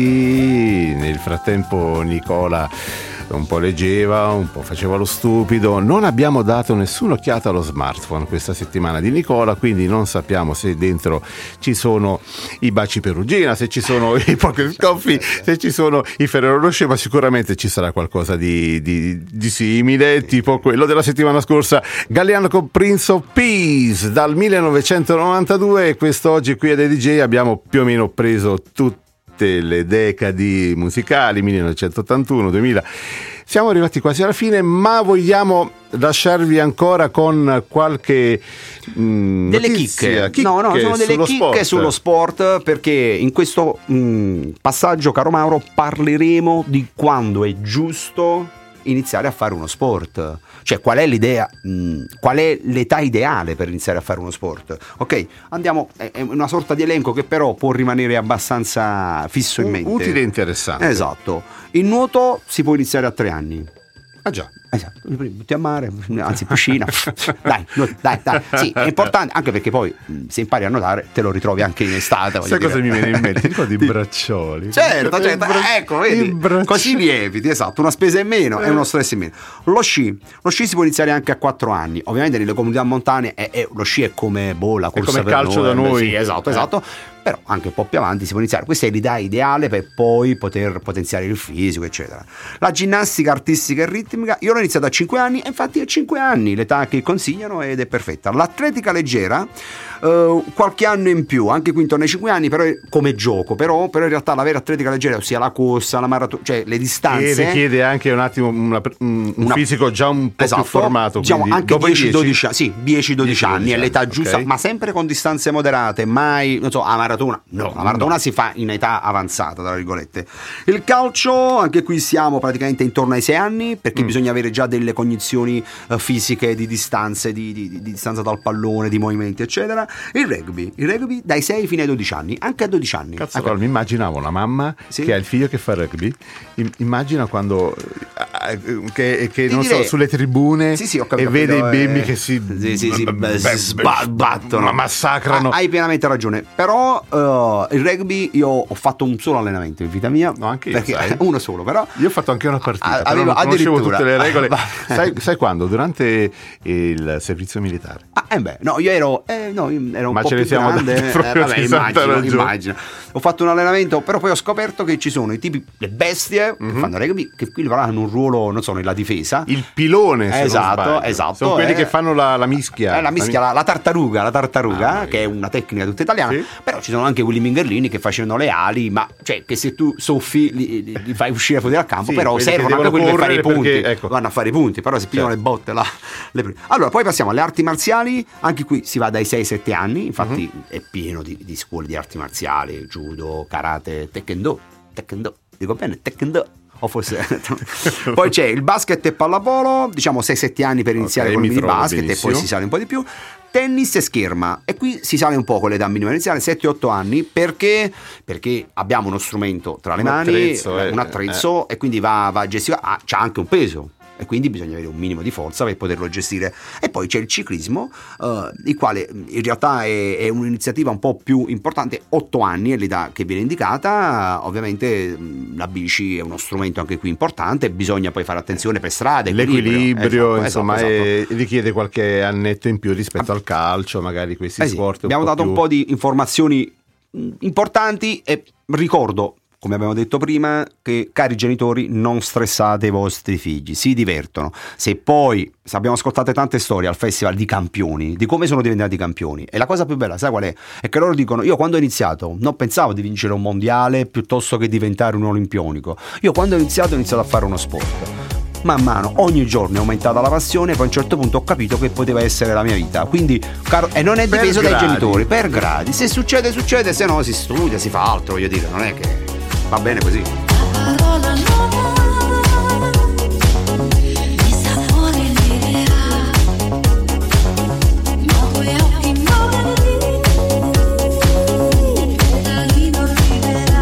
dischi, nel frattempo Nicola un po' leggeva, un po' faceva lo stupido, non abbiamo dato nessuna occhiata allo smartphone questa settimana di Nicola, quindi non sappiamo se dentro ci sono i baci perugina, se ci sono i poker scoffi, se ci sono i Ferrero Rocher, ma sicuramente ci sarà qualcosa di, di, di simile, tipo quello della settimana scorsa, Galliano con Prince of Peace dal millenovecentonovantadue, e quest'oggi qui a D J abbiamo più o meno preso tutti le decadi musicali, millenovecentottantuno duemila. Siamo arrivati quasi alla fine, ma vogliamo lasciarvi ancora con qualche mh, delle notizia, chicche. No, no, sono delle sullo chicche sport. sullo sport, perché in questo mh, passaggio, caro Mauro, parleremo di quando è giusto iniziare a fare uno sport, cioè qual è l'idea, mh, qual è l'età ideale per iniziare a fare uno sport. Ok, andiamo, è una sorta di elenco che però può rimanere abbastanza fisso in mente, utile e interessante. Esatto. Il nuoto si può iniziare a tre anni. Ah già. Esatto, butti a mare, anzi piscina. dai, no, dai, dai. Sì, è importante, anche perché poi se impari a nuotare te lo ritrovi anche in estate. Sai cosa mi viene in mente? Ti ricordi i braccioli? Certo, certo. Ecco, vedi, così li eviti, esatto, una spesa in meno e uno stress in meno. Lo sci, lo sci si può iniziare anche a quattro anni. Ovviamente nelle comunità montane è, è, lo sci è come boh, la corsa è come per calcio noi, da noi. Sì, esatto, esatto. Però anche un po' più avanti si può iniziare. Questa è l'idea ideale per poi poter potenziare il fisico, eccetera. La ginnastica artistica e ritmica, io l'ho iniziata a cinque anni, e infatti è cinque anni l'età che consigliano ed è perfetta. L'atletica leggera, eh, qualche anno in più, anche qui intorno ai cinque anni, però come gioco, però, però in realtà la vera atletica leggera, ossia la corsa, la maratona, cioè le distanze, e richiede anche un attimo una, un una, fisico già un po' esatto, più formato, diciamo quindi anche dopo dieci dodici anni, sì, dieci dodici anni è l'età giusta, okay. Ma sempre con distanze moderate, mai, non so, a maratona, no, la maratona no. Si fa in età avanzata, tra virgolette. Il calcio, anche qui siamo praticamente intorno ai sei anni, perché mm. bisogna avere già delle cognizioni uh, fisiche di distanze, di, di, di distanza dal pallone, di movimenti, eccetera. Il rugby, il rugby dai sei fino ai dodici anni, anche a dodici anni. Cazzo, anche... allora, mi immaginavo una mamma sì? che ha il figlio che fa rugby, immagina quando che, che non direi... so, sulle tribune sì, sì, ho capito, e vede eh... i bimbi che si sì, sì, sì, b- b- sbattono, ma massacrano. Ah, hai pienamente ragione, però uh, il rugby io ho fatto un solo allenamento in vita mia, no, anche io, perché sai. uno solo, però io ho fatto anche una partita, a, però non conoscevo tutte le regole. sai, sai sai quando? Durante il servizio militare. Ah, eh beh, no, io ero, eh, no, io ero un ma po' ce più ne siamo grande, dati eh, vabbè, immagino, immagino. Ho fatto un allenamento, però poi ho scoperto che ci sono i tipi, le bestie mm-hmm. che fanno rugby, che qui hanno un ruolo, non so, nella difesa. Il pilone, se esatto, non esatto. Sono quelli eh, che fanno la, la mischia. Eh, la mischia, la, la tartaruga, la tartaruga, ah, che è una tecnica tutta italiana, sì. Però ci sono anche quelli mingerlini che facevano le ali, ma cioè che se tu soffi li, li, li fai uscire fuori dal campo, sì, però servono anche quelli per fare i punti, perché, ecco. Vanno a fare i punti, però si pigliano certo. le botte là. Le... Allora, poi passiamo alle arti marziali, anche qui si va dai sei sette anni, infatti mm-hmm. è pieno di, di scuole di arti marziali, judo, karate, taekwondo, taekwondo, dico bene, taekwondo. O forse poi c'è il basket e pallavolo, diciamo sei sette anni per iniziare okay, con il mini basket benissimo. E poi si sale un po' di più. Tennis e scherma, e qui si sale un po' con l'età minima iniziale, sette otto anni, perché perché abbiamo uno strumento tra le un mani, attrezzo, un attrezzo eh. E quindi va, va a gestire, ah, c'ha anche un peso. e quindi bisogna avere un minimo di forza per poterlo gestire. E poi c'è il ciclismo, eh, il quale in realtà è, è un'iniziativa un po' più importante. Otto anni è l'età che viene indicata. Ovviamente la bici è uno strumento anche qui importante, bisogna poi fare attenzione per strade, l'equilibrio, esatto, insomma, esatto, esatto. È, richiede qualche annetto in più rispetto al calcio, magari questi eh sì, sport abbiamo un po' dato più... un po' di informazioni importanti e ricordo, come abbiamo detto prima, che cari genitori, non stressate i vostri figli, si divertono. Se poi se abbiamo ascoltato tante storie al festival di campioni, di come sono diventati campioni, e la cosa più bella, sai qual è? È che loro dicono: io quando ho iniziato non pensavo di vincere un mondiale piuttosto che diventare un olimpionico, io quando ho iniziato ho iniziato a fare uno sport. Man mano, ogni giorno è aumentata la passione, poi a un certo punto ho capito che poteva essere la mia vita. Quindi, caro, e non è Per dipeso dai gradi. genitori, per gradi. Se succede, succede, se no si studia, si fa altro, voglio dire, non è che va bene così. Parola nuova, di sapore liberà, nuovi occhi nuovi, da lì non arriverà.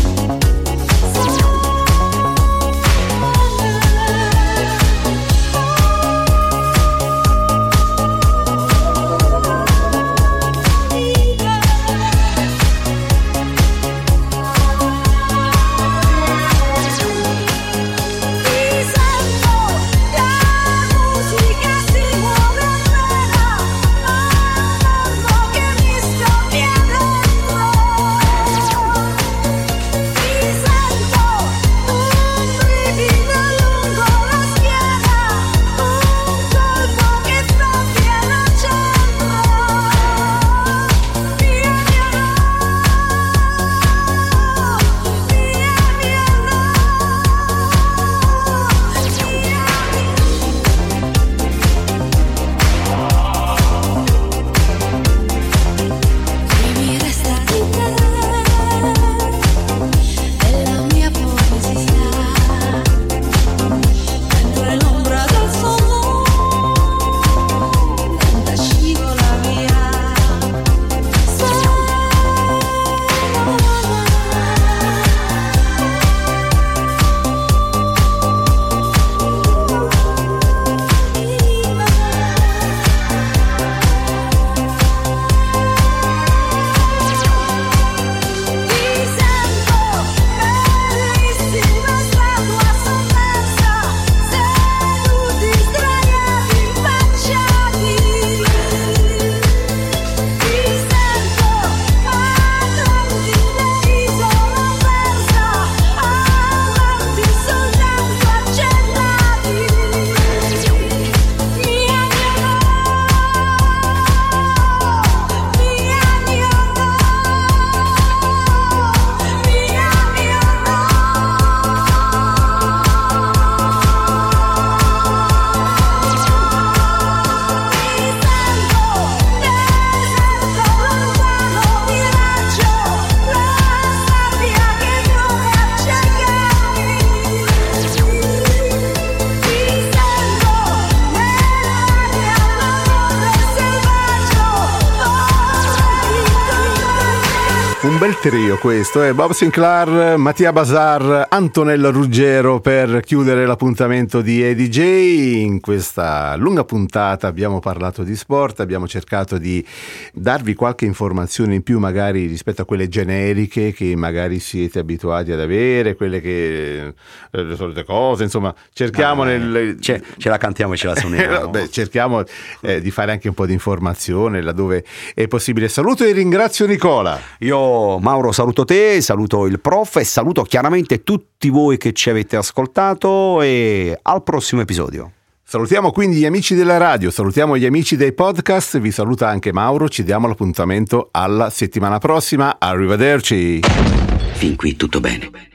Un bel trio questo, è eh? Bob Sinclair, Mattia Bazar, Antonella Ruggero per chiudere l'appuntamento di A D J. In questa lunga puntata abbiamo parlato di sport, abbiamo cercato di darvi qualche informazione in più magari rispetto a quelle generiche che magari siete abituati ad avere, quelle che eh, le solite cose, insomma cerchiamo ah, nel... ce, ce la cantiamo e ce la suoniamo. Beh, cerchiamo eh, di fare anche un po' di informazione laddove è possibile. Saluto e ringrazio Nicola. Io Mauro saluto te, saluto il prof e saluto chiaramente tutti voi che ci avete ascoltato e al prossimo episodio. Salutiamo quindi gli amici della radio, salutiamo gli amici dei podcast, vi saluta anche Mauro, ci diamo l'appuntamento alla settimana prossima, arrivederci. Fin qui tutto bene.